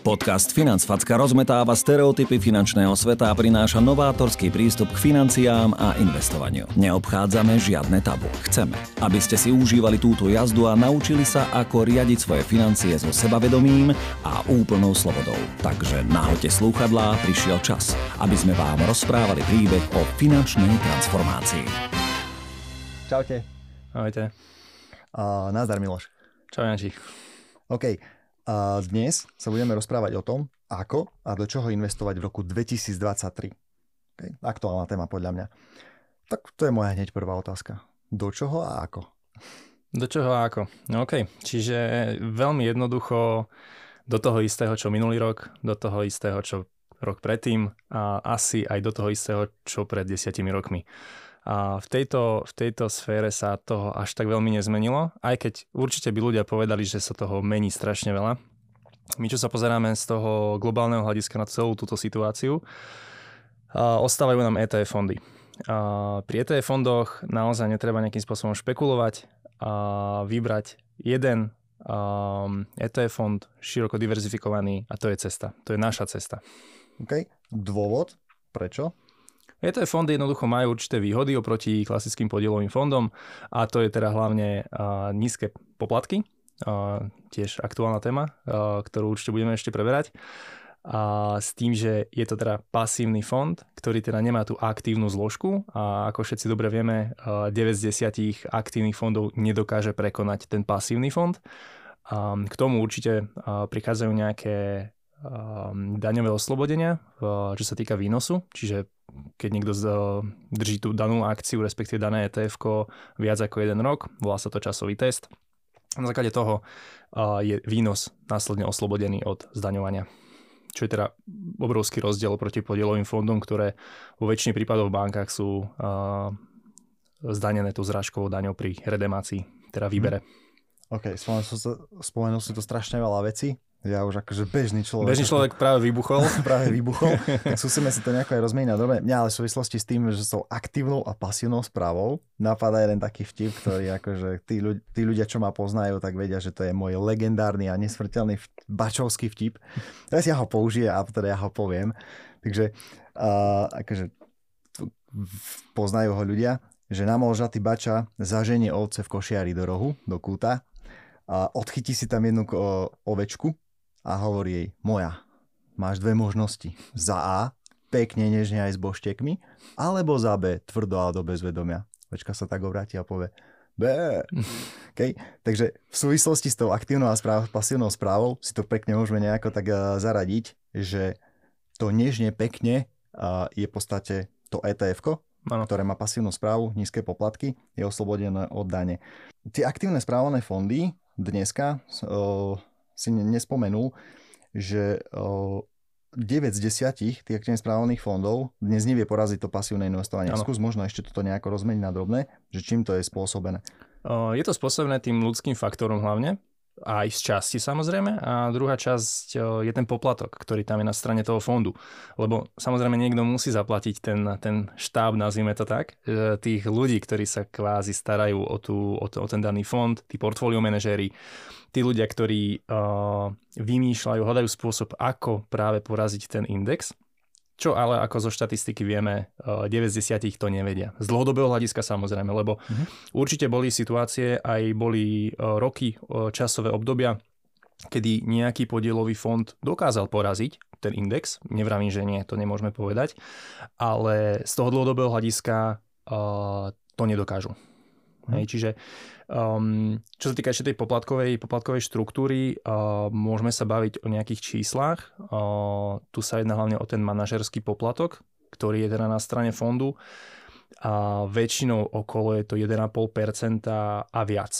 Podcast Financfacka rozmetáva stereotypy finančného sveta a prináša novátorský prístup k financiám a investovaniu. Neobchádzame žiadne tabu. Chceme, aby ste si užívali túto jazdu a naučili sa, ako riadiť svoje financie so sebavedomím a úplnou slobodou. Takže nahoďte slúchadlá, prišiel čas, aby sme vám rozprávali príbeh o finančnej transformácii. Čaute. Ahojte. Nazdar, Miloš. Čau, Janči. OK. Dnes sa budeme rozprávať o tom, ako a do čoho investovať v roku 2023. Okay. Aktuálna téma podľa mňa. Tak to je moja hneď prvá otázka. Do čoho a ako? Do čoho a ako? No OK. Čiže veľmi jednoducho do toho istého, čo minulý rok, do toho istého, čo rok predtým a asi aj do toho istého, čo pred 10 rokmi. A v tejto sfére sa toho až tak veľmi nezmenilo, aj keď určite by ľudia povedali, že sa toho mení strašne veľa. My, čo sa pozeráme z toho globálneho hľadiska na celú túto situáciu, ostávajú nám ETF fondy. Pri ETF fondoch naozaj netreba nejakým spôsobom špekulovať a vybrať jeden ETF fond, široko diverzifikovaný, a to je cesta. To je naša cesta. OK. Dôvod? Prečo? ETF fondy jednoducho majú určité výhody oproti klasickým podielovým fondom a to je teda hlavne nízke poplatky, tiež aktuálna téma, ktorú určite budeme ešte preberať. A s tým, že je to teda pasívny fond, ktorý teda nemá tú aktívnu zložku a ako všetci dobre vieme, 9 z 10 aktívnych fondov nedokáže prekonať ten pasívny fond. K tomu určite prichádzajú nejaké daňové oslobodenia, čo sa týka výnosu, čiže keď niekto drží tú danú akciu, respektíve dané ETF-ko viac ako 1 rok, volá sa to časový test. Na základe toho je výnos následne oslobodený od zdaňovania. Čo je teda obrovský rozdiel proti podielovým fondom, ktoré vo väčšine prípadov v bankách sú zdanené tú zrážkovou daňou pri redemácii, teda výbere. OK, spomenul si to strašne veľa vecí. Ja už akože bežný človek. Bežný človek práve vybuchol. Tak skúsime si to nejako aj rozmeniť na dobe. Mňa ale v súvislosti s tým, že sú aktívnou a pasívnou správou, napadá jeden taký vtip, ktorý akože tí ľudia, čo ma poznajú, tak vedia, že to je môj legendárny a nesmrteľný bačovský vtip. Teraz ja ho použijem a teda ja ho poviem. Takže akože poznajú ho ľudia, že namožatý bača zaženie ovce v košiari do rohu, do kúta a odchytí si tam jednu ovečku a hovorí jej, moja, máš dve možnosti. Za A, pekne nežne aj s boštekmi, alebo za B, tvrdo a do bezvedomia. Ovečka sa tak obráti a povie, B. Okay? Takže v súvislosti s tou aktívnou a pasívnou správou si to pekne môžeme nejako tak zaradiť, že to nežne pekne je v podstate to ETF-ko, ktoré má pasívnu správu, nízke poplatky, je oslobodené od dane. Tie aktívne správované fondy dneska si nespomenul, že 9 z 10 tých aktívne správaných fondov dnes nevie poraziť to pasívne investovanie. Skús možno ešte toto nejako rozmeniť na drobné, že čím to je spôsobené. Je to spôsobené tým ľudským faktorom hlavne, aj z časti samozrejme, a druhá časť je ten poplatok, ktorý tam je na strane toho fondu. Lebo samozrejme niekto musí zaplatiť ten štáb, nazvime to tak, tých ľudí, ktorí sa kvázi starajú o ten daný fond, tí portfólio manažéri, tí ľudia, ktorí vymýšľajú, hľadajú spôsob, ako práve poraziť ten index. Čo ale ako zo štatistiky vieme, 9 z 10 to nevedia. Z dlhodobého hľadiska samozrejme, lebo určite boli situácie, aj boli roky, časové obdobia, kedy nejaký podielový fond dokázal poraziť ten index. Nevravím, že nie, to nemôžeme povedať, ale z toho dlhodobého hľadiska to nedokážu. Čiže čo sa týka ešte tej poplatkovej štruktúry, môžeme sa baviť o nejakých číslach. Tu sa jedná hlavne o ten manažerský poplatok, ktorý je teda na strane fondu a väčšinou okolo je to 1,5% a viac.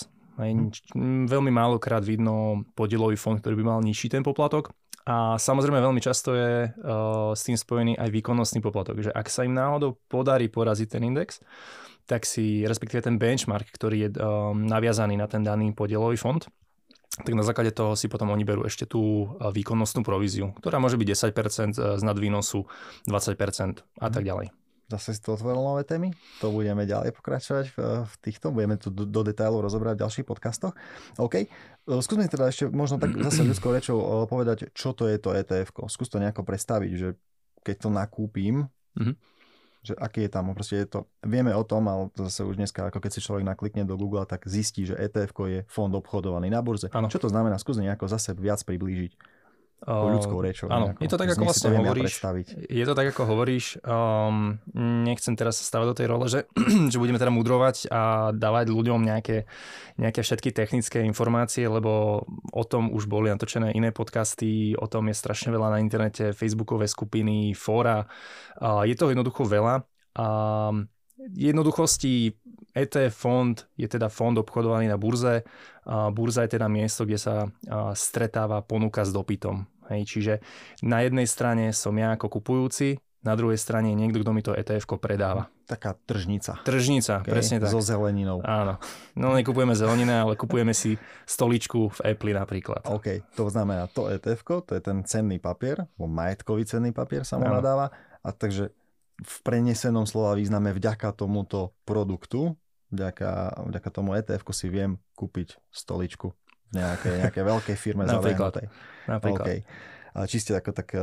Veľmi málokrát vidno podielový fond, ktorý by mal nižší ten poplatok. A samozrejme veľmi často je s tým spojený aj výkonnostný poplatok, že ak sa im náhodou podarí poraziť ten index, tak si, respektíve ten benchmark, ktorý je naviazaný na ten daný podielový fond, tak na základe toho si potom oni berú ešte tú výkonnostnú províziu, ktorá môže byť 10% z nadvýnosu, 20% a tak ďalej. Zase si to otvoril nové témy. To budeme ďalej pokračovať v týchto. Budeme tu do detailov rozobrať v ďalších podcastoch. OK. Skúsme teda ešte možno tak zase ľudskou rečou povedať, čo to je to ETF-ko. Skús to nejako predstaviť, že keď to nakúpim, že aký je tam, proste je to, vieme o tom, ale zase už dneska, ako keď si človek naklikne do Google, tak zistí, že ETF-ko je fond obchodovaný na burze. Ano. Čo to znamená? Skús nejako zase viac priblížiť. Ľudskou rečou. Áno, je to tak, ako vlastne hovoríš. Je to tak, ako hovoríš. Nechcem teraz sa stavať do tej role, že budeme teda mudrovať a dávať ľuďom nejaké všetky technické informácie, lebo o tom už boli natočené iné podcasty, o tom je strašne veľa na internete, facebookové skupiny, fóra. Je toho jednoducho veľa. Jednoduchosti ETF fond je teda fond obchodovaný na burze. Burza je teda miesto, kde sa stretáva ponuka s dopytom. Hej, čiže na jednej strane som ja ako kupujúci, na druhej strane je niekto, kto mi to ETF-ko predáva. Taká tržnica. Tržnica, okay, presne tak. So zeleninou. Áno. No nekupujeme zeleninu, ale kupujeme si stoličku v Apple napríklad. OK, to znamená to ETF-ko, to je ten cenný papier, majetkový cenný papier sa mu nadáva. A takže v prenesenom slova význame vďaka tomuto produktu, vďaka tomu ETF-ku si viem kúpiť stoličku v nejakej veľkej firme zaliahnutej. Napríklad. Okay. Čiste ako tak...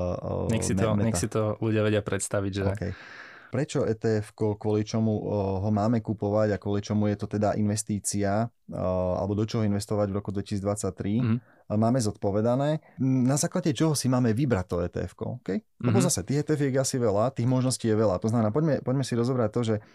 Nech si to ľudia vedia predstaviť, že... Okay. Prečo ETF-ko, kvôli čomu ho máme kupovať a kvôli čomu je to teda investícia, alebo do čoho investovať v roku 2023, máme zodpovedané. Na základe čoho si máme vybrať to ETF-ko, okay? Lebo zase tých ETF-iek asi veľa, tých možností je veľa. To znamená, poďme si rozobrať to, že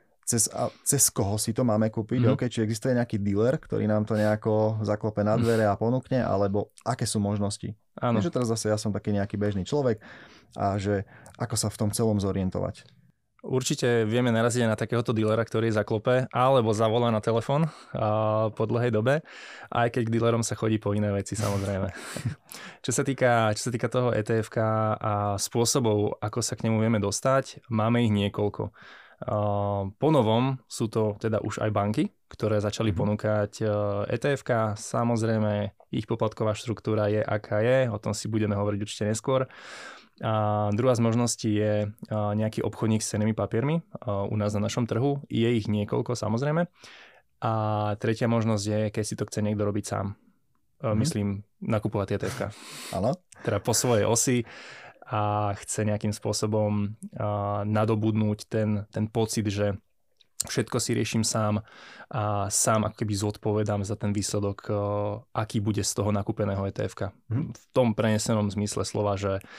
cez koho si to máme kúpiť, okay? Či existuje nejaký dealer, ktorý nám to nejako zaklope na dvere a ponúkne, alebo aké sú možnosti. Áno. Takže teraz zase ja som taký nejaký bežný človek a že ako sa v tom celom zorientovať. Určite vieme naraziť na takéhoto dealera, ktorý zaklope, alebo zavolá na telefón po dlhej dobe, aj keď k dealerom sa chodí po iné veci, samozrejme. Čo sa týka toho ETF-ka a spôsobov, ako sa k nemu vieme dostať, máme ich niekoľko. Po novom sú to teda už aj banky, ktoré začali ponúkať ETF-ka. Samozrejme, ich poplatková štruktúra je, aká je, o tom si budeme hovoriť určite neskôr. A druhá z možností je nejaký obchodník s cennými papiermi u nás na našom trhu. Je ich niekoľko, samozrejme. A tretia možnosť je, keď si to chce niekto robiť sám. Myslím, nakupovať ETF-ka. Áno. Teda po svojej osi a chce nejakým spôsobom nadobudnúť ten pocit, že všetko si riešim sám a sám ako keby zodpovedám za ten výsledok, aký bude z toho nakúpeného ETF-ka. V tom prenesenom zmysle slova,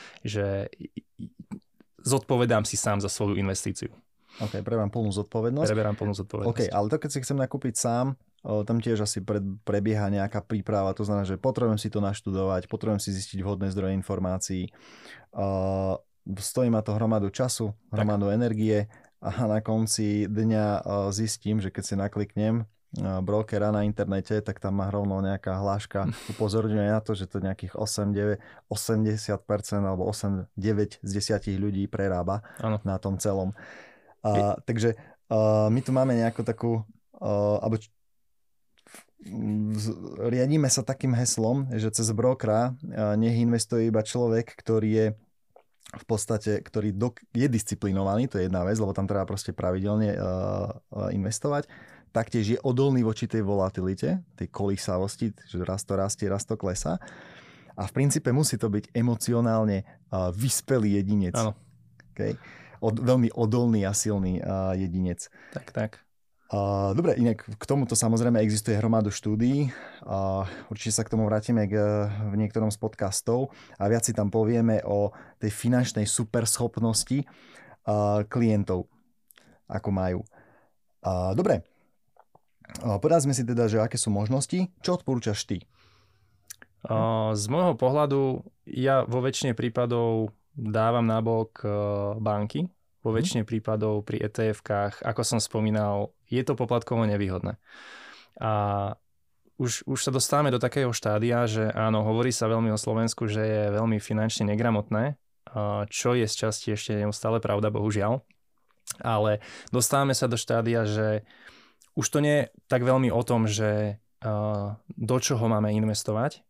že zodpovedám si sám za svoju investíciu. OK, preberám plnú zodpovednosť. OK, ale to keď si chcem nakúpiť sám, tam tiež asi prebieha nejaká príprava, to znamená, že potrebujem si to naštudovať, potrebujem si zistiť vhodné zdroje informácií, stojí ma to hromadu času, hromadu energie a na konci dňa zistím, že keď si nakliknem brokera na internete, tak tam má rovno nejaká hláška, upozorňuje na to, že to nejakých 80% alebo 8-9 z 10 ľudí prerába na tom celom. Takže my tu máme nejakú takú alebo riadíme sa takým heslom, že cez brokera nech investuje iba človek, ktorý je v podstate, ktorý je disciplinovaný, to je jedna vec, lebo tam treba proste pravidelne investovať. Taktiež je odolný voči tej volatilite, tej kolísavosti, že raz to rastie, raz to klesá. A v princípe musí to byť emocionálne vyspelý jedinec. Áno. Okay? Veľmi odolný a silný jedinec. Tak. Dobre, inak k tomuto samozrejme existuje hromadu štúdií. Určite sa k tomu vrátime v niektorom z podcastov a viac si tam povieme o tej finančnej superschopnosti klientov, ako majú. Dobre, povedali sme si teda, že aké sú možnosti. Čo odporúčaš ty? Z môjho pohľadu ja vo väčšine prípadov dávam nabok banky. Vo väčšine prípadov pri ETF-kách, ako som spomínal, je to poplatkovo nevýhodné. A už sa dostávame do takého štádia, že áno, hovorí sa veľmi o Slovensku, že je veľmi finančne negramotné, čo je z časti ešte neustále pravda, bohužiaľ. Ale dostávame sa do štádia, že už to nie je tak veľmi o tom, že do čoho máme investovať,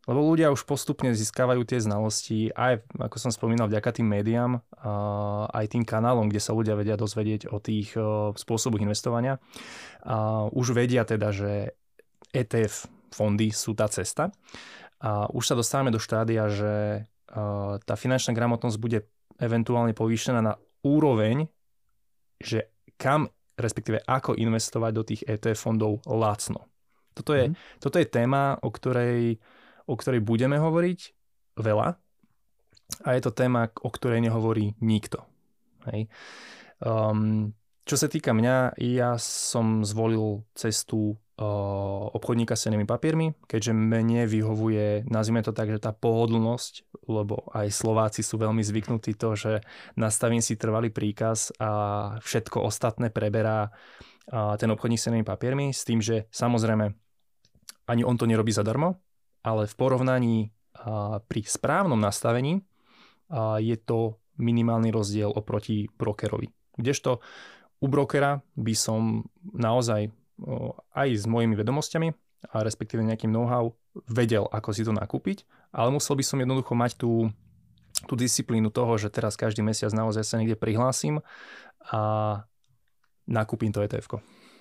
Lebo ľudia už postupne získavajú tie znalosti, aj, ako som spomínal, vďaka tým médiám, aj tým kanálom, kde sa ľudia vedia dozvedieť o tých spôsoboch investovania. Už vedia teda, že ETF fondy sú tá cesta. A už sa dostávame do štádia, že tá finančná gramotnosť bude eventuálne povýšená na úroveň, že kam, respektíve ako investovať do tých ETF fondov lacno. Toto je téma, o ktorej budeme hovoriť veľa a je to téma, o ktorej nehovorí nikto. Hej. Čo sa týka mňa, ja som zvolil cestu obchodníka s cennými papiermi, keďže mne vyhovuje, nazvime to tak, že tá pohodlnosť, lebo aj Slováci sú veľmi zvyknutí to, že nastavím si trvalý príkaz a všetko ostatné preberá ten obchodník s cennými papiermi, s tým, že samozrejme ani on to nerobí zadarmo, ale v porovnaní pri správnom nastavení je to minimálny rozdiel oproti brokerovi. Kdežto u brokera by som naozaj aj s mojimi vedomosťami a respektíve nejakým know-how vedel, ako si to nakúpiť, ale musel by som jednoducho mať tú disciplínu toho, že teraz každý mesiac naozaj sa niekde prihlásim a nakúpim to ETF-ko.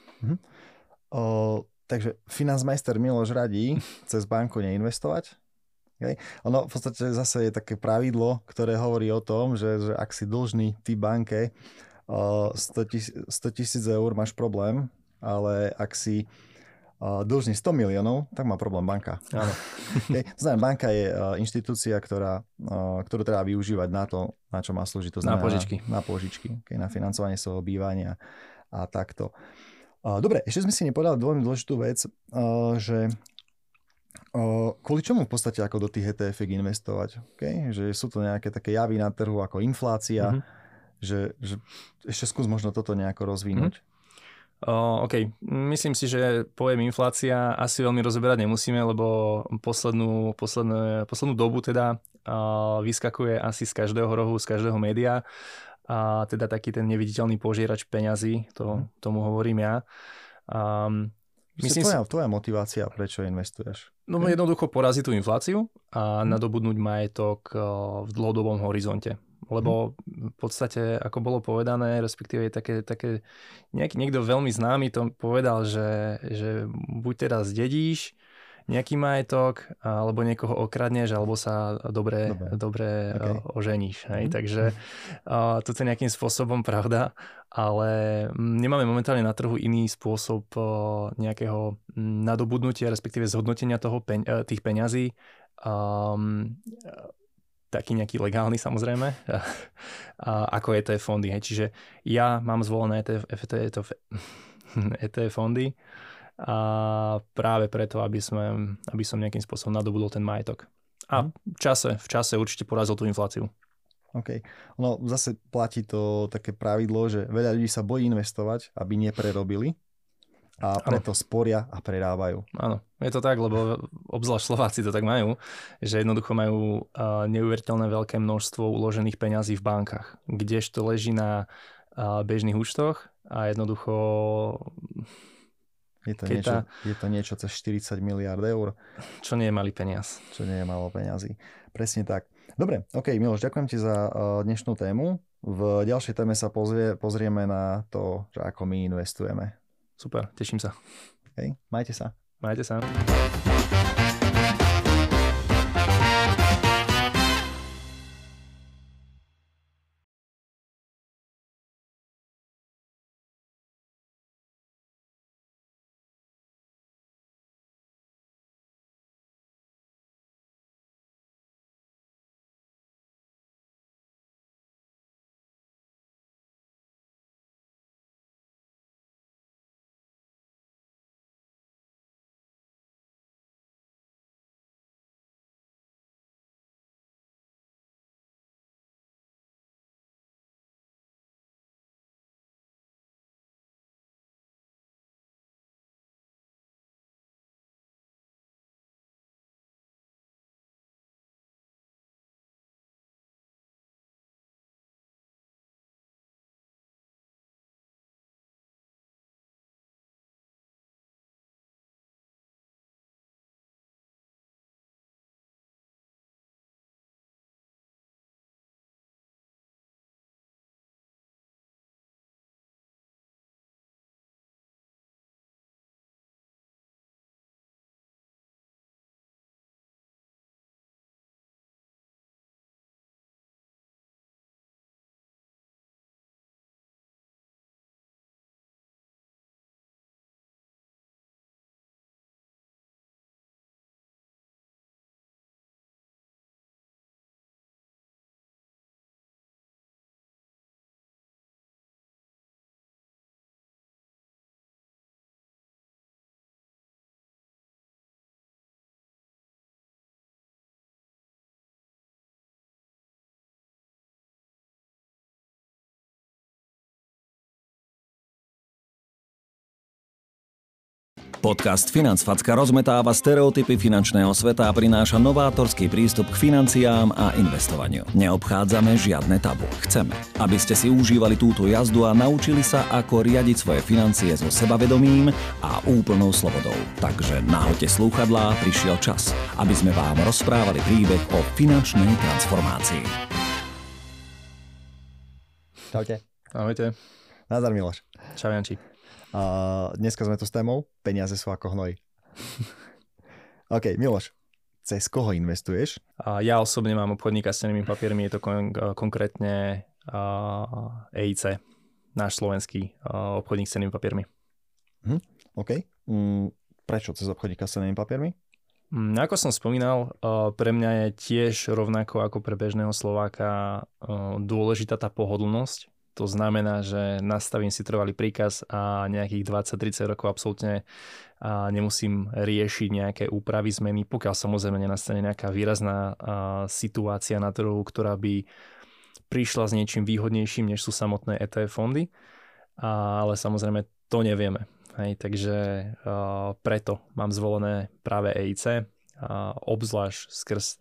Takže Financmeister Miloš radí cez banku neinvestovať. Okay. Ono v podstate zase je také pravidlo, ktoré hovorí o tom, že ak si dlžný ty banke 100 000 eur, máš problém, ale ak si dlžný 100 miliónov, tak má problém banka. Áno. Okay. Znamená, banka je inštitúcia, ktorú treba využívať na to, na čo má slúžiť. To znamená na požičky, okay, na financovanie svojho bývania a takto. Dobre, ešte sme si nepovedali veľmi dôležitú vec, že kvôli čomu v podstate ako do tých ETF investovať? Okay? Že sú to nejaké také javy na trhu ako inflácia, že ešte skús možno toto nejako rozvinúť. OK, myslím si, že pojem inflácia asi veľmi rozoberať nemusíme, lebo poslednú dobu teda vyskakuje asi z každého rohu, z každého média. A teda taký ten neviditeľný požierač peňazí, tomu hovorím ja. Tvoja motivácia, prečo investuješ? No jednoducho poraziť tú infláciu a nadobudnúť majetok v dlhodobom horizonte. Lebo v podstate, ako bolo povedané, respektíve také niekto veľmi známy to povedal, že buď teda zdedíš nejaký majetok, alebo niekoho okradneš, alebo sa dobre oženíš. Hej? Takže toto je nejakým spôsobom pravda, ale nemáme momentálne na trhu iný spôsob nejakého nadobudnutia, respektíve zhodnotenia tých peňazí. Taký nejaký legálny samozrejme, ako ETF fondy. Hej? Čiže ja mám zvolené ETF fondy, a práve preto, aby som nejakým spôsobom nadobudol ten majetok. A v čase určite porazil tú infláciu. OK. No zase platí to také pravidlo, že veľa ľudí sa bojí investovať, aby neprerobili a preto sporia a predávajú. Áno, je to tak, lebo obzvlášť Slováci to tak majú, že jednoducho majú neuveriteľné veľké množstvo uložených peňazí v bankách, kdežto leží na bežných účtoch a jednoducho... Je to niečo cez 40 miliard eur. Čo nie je malý peniaz. Čo nie je málo peňazí. Presne tak. Dobre, OK, Miloš, ďakujem ti za dnešnú tému. V ďalšej téme sa pozrieme na to, že ako my investujeme. Super, teším sa. OK, majte sa. Majte sa. Podcast Financfacka rozmetáva stereotypy finančného sveta a prináša novátorský prístup k financiám a investovaniu. Neobchádzame žiadne tabu. Chceme, aby ste si užívali túto jazdu a naučili sa, ako riadiť svoje financie so sebavedomím a úplnou slobodou. Takže nahoďte slúchadlá, prišiel čas, aby sme vám rozprávali príbeh o finančnej transformácii. Čaute. Ahojte. Nazdar, Miloš. Čau, Janči. Dneska sme tu s témou Peniaze sú ako hnoj. OK, Miloš, cez koho investuješ? Ja osobne mám obchodníka s cennými papiermi, je to konkrétne EIC, náš slovenský obchodník s cennými papiermi. OK. Prečo cez obchodníka s cennými papiermi? Ako som spomínal, pre mňa je tiež rovnako ako pre bežného Slováka dôležitá tá pohodlnosť. To znamená, že nastavím si trvalý príkaz a nejakých 20-30 rokov absolútne nemusím riešiť nejaké úpravy, zmeny, pokiaľ samozrejme nenastane nejaká výrazná situácia na trhu, ktorá by prišla s niečím výhodnejším, než sú samotné ETF fondy. Ale samozrejme to nevieme. Hej, takže preto mám zvolené práve EIC, obzvlášť skrz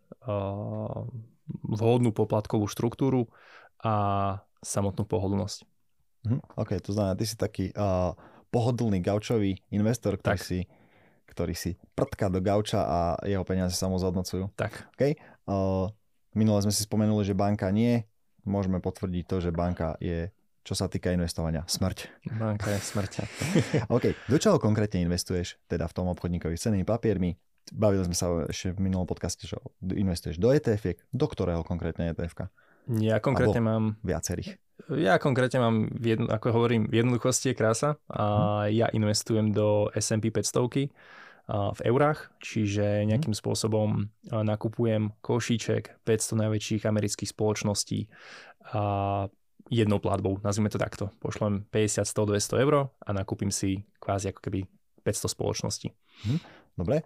vhodnú poplatkovú štruktúru a samotnú pohodlnosť. OK, to znamená, ty si taký pohodlný gaučový investor, ktorý si prtka do gauča a jeho peniaze samozhodnocujú. Tak. OK. Minule sme si spomenuli, že banka nie. Môžeme potvrdiť to, že banka je, čo sa týka investovania, smrť. Banka je smrť. OK. Do čoho konkrétne investuješ, teda v tom obchodníkovi s cennými papiermi? Bavili sme sa ešte v minulom podcaste, že investuješ do ETF-iek. Do ktorého konkrétne ETF-ka? Ja konkrétne mám viacerých. Ja konkrétne mám, ako hovorím, v jednoduchosti je krása. Ja investujem do S&P 500 v eurách, čiže nejakým spôsobom nakupujem košíček 500 najväčších amerických spoločností jednou platbou, nazvime to takto. Pošlem 50, 100, 200 eur a nakúpim si kvázi ako keby 500 spoločností. Dobre.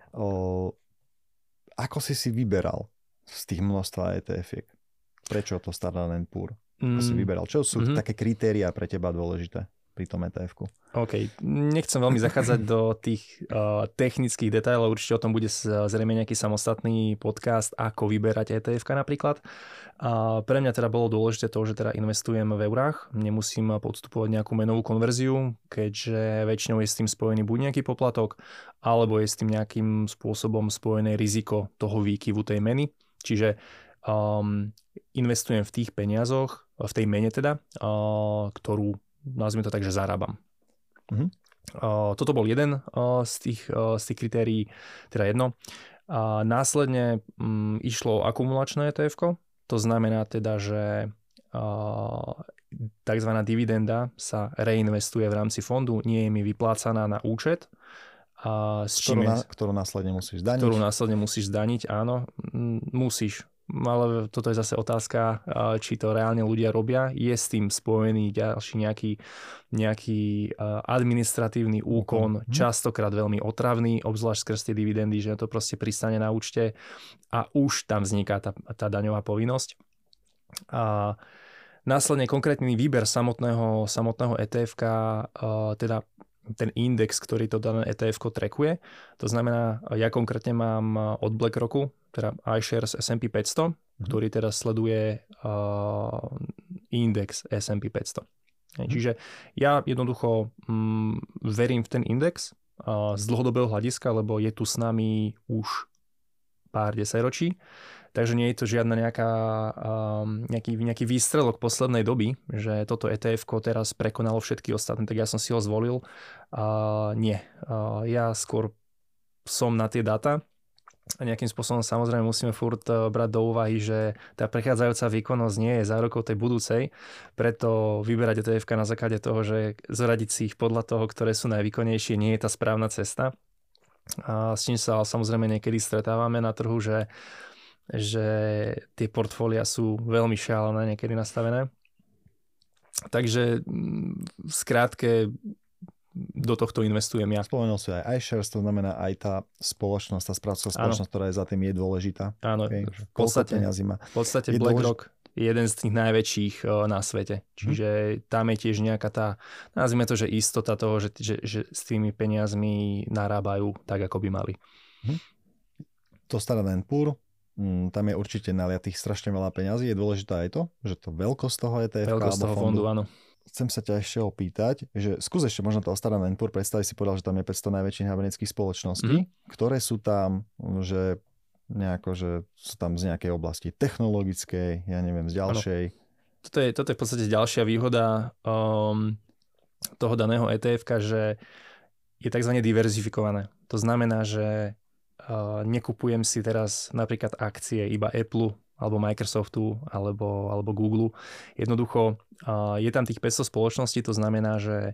Ako si vyberal z tých množstva ETF-iek? Prečo to Standard & Poor? Ako si vyberal? Čo sú také kritériá pre teba dôležité pri tom ETF-ku? OK, nechcem veľmi zachádzať do tých technických detailov, určite o tom bude zrejme nejaký samostatný podcast, ako vyberať ETF-ka napríklad. Pre mňa teda bolo dôležité to, že teda investujem v eurách, nemusím podstupovať nejakú menovú konverziu, keďže väčšinou je s tým spojený buď nejaký poplatok, alebo je s tým nejakým spôsobom spojené riziko toho výkyvu tej meny. Čiže investujem v tých peniazoch, v tej mene teda, ktorú, nazvime to tak, že zarábam. Toto bol jeden z tých kritérií, teda jedno. Následne išlo akumulačné ETF-ko, to znamená teda, že takzvaná dividenda sa reinvestuje v rámci fondu, nie je mi vyplácaná na účet, ktorú následne musíš zdaniť. Ktorú následne musíš zdaniť, áno, musíš. Ale toto je zase otázka, či to reálne ľudia robia. Je s tým spojený ďalší nejaký administratívny úkon, častokrát veľmi otravný, obzvlášť skrz tie dividendy, že to proste pristane na účte a už tam vzniká tá daňová povinnosť. A následne konkrétny výber samotného ETF-ka, teda ten index, ktorý to dané ETF-ko trackuje. To znamená, ja konkrétne mám od BlackRocku, teda iShares S&P 500, ktorý teda sleduje index S&P 500. Čiže ja jednoducho verím v ten index z dlhodobého hľadiska, lebo je tu s nami už pár desaťročí. Takže nie je to žiadna nejaký výstrelok poslednej doby, že toto ETF-ko teraz prekonalo všetky ostatné, tak ja som si ho zvolil. Nie. Ja skôr som na tie dáta a nejakým spôsobom samozrejme musíme furt brať do úvahy, že tá prechádzajúca výkonnosť nie je zárukou tej budúcej, preto vyberať ETF-ka na základe toho, že zoradiť si ich podľa toho, ktoré sú najvýkonnejšie, nie je tá správna cesta. S čím sa samozrejme niekedy stretávame na trhu, že tie portfólia sú veľmi šialené niekedy nastavené. Takže skrátke do tohto investujem ja. Spomenul si aj iShares, to znamená aj tá spoločnosť, tá správcovská spoločnosť, ktorá je za tým, je dôležitá. Áno, okay. v podstate BlackRock jeden z tých najväčších na svete. Čiže tam je tiež nejaká tá, nazvime to, že istota toho, že s tými peniazmi narábajú tak, ako by mali. To Standard & Poor, tam je určite naliatých strašne veľa peňazí. Je dôležité aj to, že to veľkosť toho ETF veľkosť toho fondu, áno. Chcem sa ťa ešte opýtať, že skús ešte možno toho Standard & Poor, predstavi si, povedal, že tam je 500 najväčších amerických spoločností, ktoré sú tam, že nejako, že sú tam z nejakej oblasti technologickej, ja neviem, z ďalšej. Toto je v podstate ďalšia výhoda toho daného ETF-ka, že je tzv. Diverzifikované. To znamená, že nekupujem si teraz napríklad akcie iba Apple, alebo Microsoftu, alebo Google. Jednoducho je tam tých 500 spoločností, to znamená, že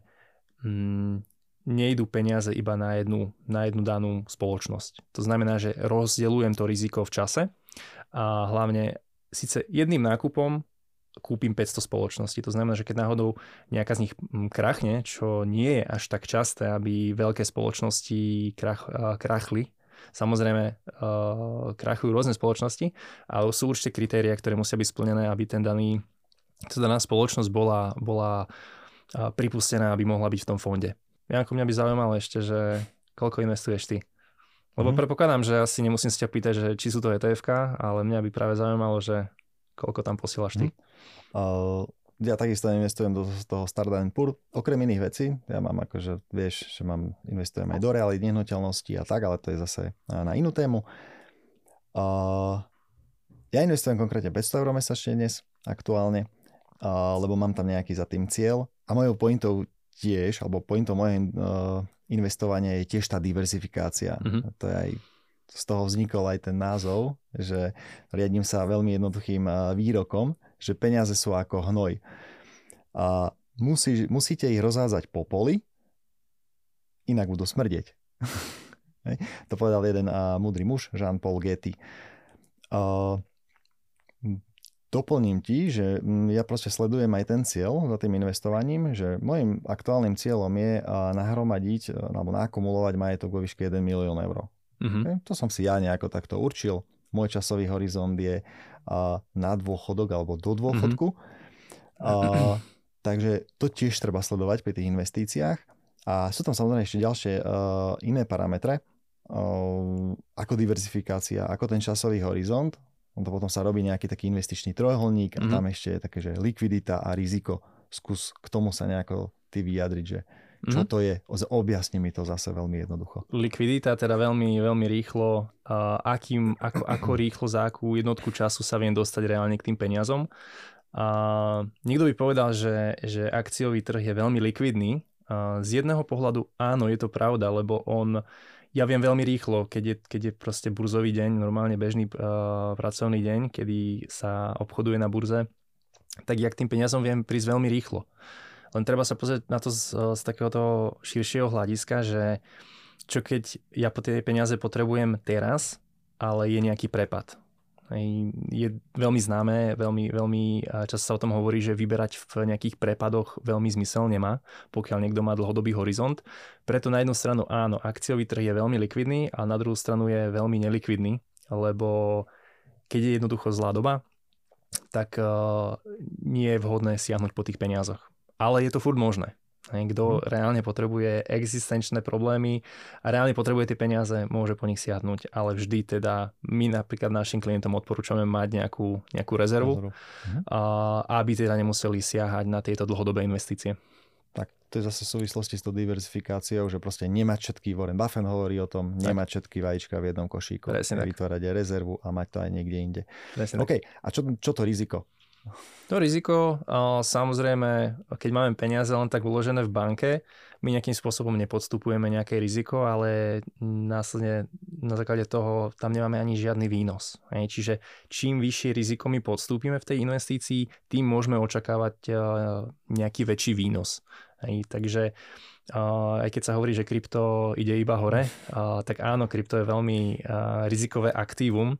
nejdú peniaze iba na jednu danú spoločnosť. To znamená, že rozdeľujem to riziko v čase a hlavne síce jedným nákupom kúpim 500 spoločností. To znamená, že keď náhodou nejaká z nich krachne, čo nie je až tak časté, aby veľké spoločnosti krachli. Samozrejme, krachujú rôzne spoločnosti, ale sú určite kritéria, ktoré musia byť splnené, aby tá daná spoločnosť bola pripustená, aby mohla byť v tom fonde. Janko, mňa by zaujímalo ešte, že koľko investuješ ty? Lebo predpokladám, že asi nemusím si ťa pýtať, že či sú to ETF-ka, ale mňa by práve zaujímalo, že koľko tam posielaš ty? Ja takisto investujem do toho Standard & Poor. Okrem iných vecí, ja mám akože, vieš, že investujem aj do realít, nehnuteľností a tak, ale to je zase na inú tému. Ja investujem konkrétne 500 eur mesačne dnes, aktuálne, lebo mám tam nejaký za tým cieľ. A mojou pointou tiež, alebo pointou mojej investovania je tiež tá diverzifikácia. To je aj, z toho vznikol aj ten názov, že riadím sa veľmi jednoduchým výrokom, že peniaze sú ako hnoj. A musíte ich rozházať po poli, inak budú smrdieť. To povedal jeden múdry muž, Jean-Paul Getty. Doplním ti, že ja proste sledujem aj ten cieľ za tým investovaním, že môjim aktuálnym cieľom je nahromadiť alebo naakumulovať majetok vo výške 1 milión eur. To som si ja nejako takto určil. Môj časový horizont je na dôchodok alebo do dôchodku. Takže to tiež treba sledovať pri tých investíciách. A sú tam samozrejme ešte ďalšie iné parametre, ako diverzifikácia, ako ten časový horizont. Potom sa robí nejaký taký investičný trojuholník a tam ešte je také, že likvidita a riziko. Skús k tomu sa nejako ty vyjadriť, že čo to je. Objasni mi to zase veľmi jednoducho. Likvidita teda veľmi, veľmi rýchlo, ako rýchlo za akú jednotku času sa viem dostať reálne k tým peniazom. Niekto by povedal, že akciový trh je veľmi likvidný. Z jedného pohľadu áno, je to pravda, lebo ja viem veľmi rýchlo, keď je proste burzový deň, normálne bežný pracovný deň, kedy sa obchoduje na burze, tak ja k tým peniazom viem prísť veľmi rýchlo. Len treba sa pozrieť na to z takéhoto širšieho hľadiska, že čo keď ja po tie peniaze potrebujem teraz, ale je nejaký prepad. Je veľmi známe, veľmi často sa o tom hovorí, že vyberať v nejakých prepadoch veľmi zmysel nemá, pokiaľ niekto má dlhodobý horizont. Preto na jednu stranu áno, akciový trh je veľmi likvidný a na druhú stranu je veľmi nelikvidný, lebo keď je jednoducho zlá doba, tak nie je vhodné siahnuť po tých peniazoch. Ale je to furt možné. Kto reálne potrebuje existenčné problémy a reálne potrebuje tie peniaze, môže po nich siahnuť, ale vždy teda my napríklad našim klientom odporúčame mať nejakú rezervu, aby teda nemuseli siahať na tieto dlhodobé investície. Tak to je zase v súvislosti s tou diverzifikáciou, že proste nemať všetky, Warren Buffett hovorí o tom, nemať všetky vajíčka v jednom košíku, vytvárať aj rezervu a mať to aj niekde inde. OK, a čo to riziko? To riziko, samozrejme, keď máme peniaze len tak uložené v banke, my nejakým spôsobom nepodstupujeme nejaké riziko, ale následne na základe toho tam nemáme ani žiadny výnos. Čiže čím vyššie riziko my podstúpime v tej investícii, tým môžeme očakávať nejaký väčší výnos. Takže aj keď sa hovorí, že krypto ide iba hore, tak áno, krypto je veľmi rizikové aktívum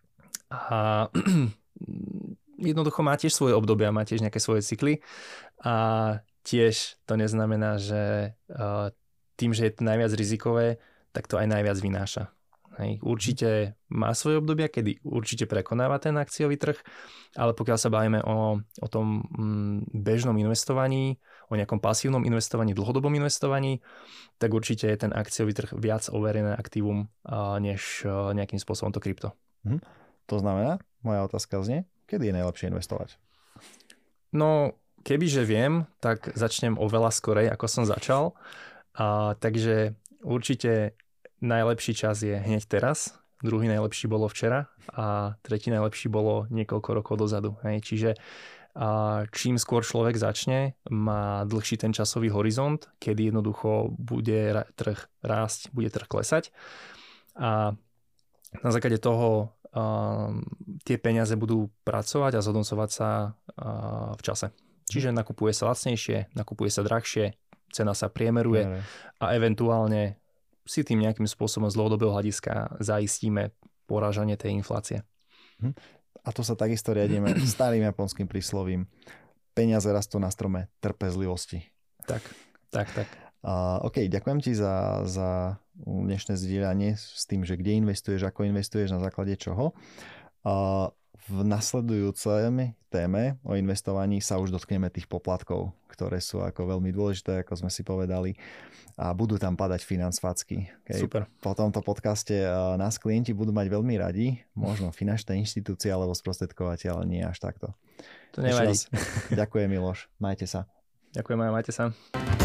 a jednoducho má tiež svoje obdobia, má tiež nejaké svoje cykly a tiež to neznamená, že tým, že je to najviac rizikové, tak to aj najviac vynáša. Hej. Určite má svoje obdobia, kedy určite prekonáva ten akciový trh, ale pokiaľ sa bavíme o tom bežnom investovaní, o nejakom pasívnom investovaní, dlhodobom investovaní, tak určite je ten akciový trh viac overené aktívum než nejakým spôsobom to krypto. To znamená, moja otázka znie, kedy je najlepšie investovať? No, kebyže viem, tak začnem oveľa skorej, ako som začal. Takže určite najlepší čas je hneď teraz, druhý najlepší bolo včera a tretí najlepší bolo niekoľko rokov dozadu. Hej. Čiže čím skôr človek začne, má dlhší ten časový horizont, kedy jednoducho bude trh rásť, bude trh klesať. A na základe toho tie peniaze budú pracovať a zhodnocovať sa v čase. Čiže nakupuje sa lacnejšie, nakupuje sa drahšie, cena sa priemeruje a eventuálne si tým nejakým spôsobom z dlhodobého hľadiska zaistíme porážanie tej inflácie. A to sa takisto riadíme starým japonským príslovím. Peniaze rastú na strome trpezlivosti. Tak. OK, ďakujem ti za dnešné zdieľanie s tým, že kde investuješ, ako investuješ, na základe čoho. V nasledujúcej téme o investovaní sa už dotkneme tých poplatkov, ktoré sú ako veľmi dôležité, ako sme si povedali, a budú tam padať financfacky. Okay? Super. Po tomto podcaste nás klienti budú mať veľmi radi, možno finančné inštitúcie alebo sprostredkovateľ, ale nie až takto. To nevadí. Ďakujem, Miloš. Majte sa. Ďakujem, majte sa.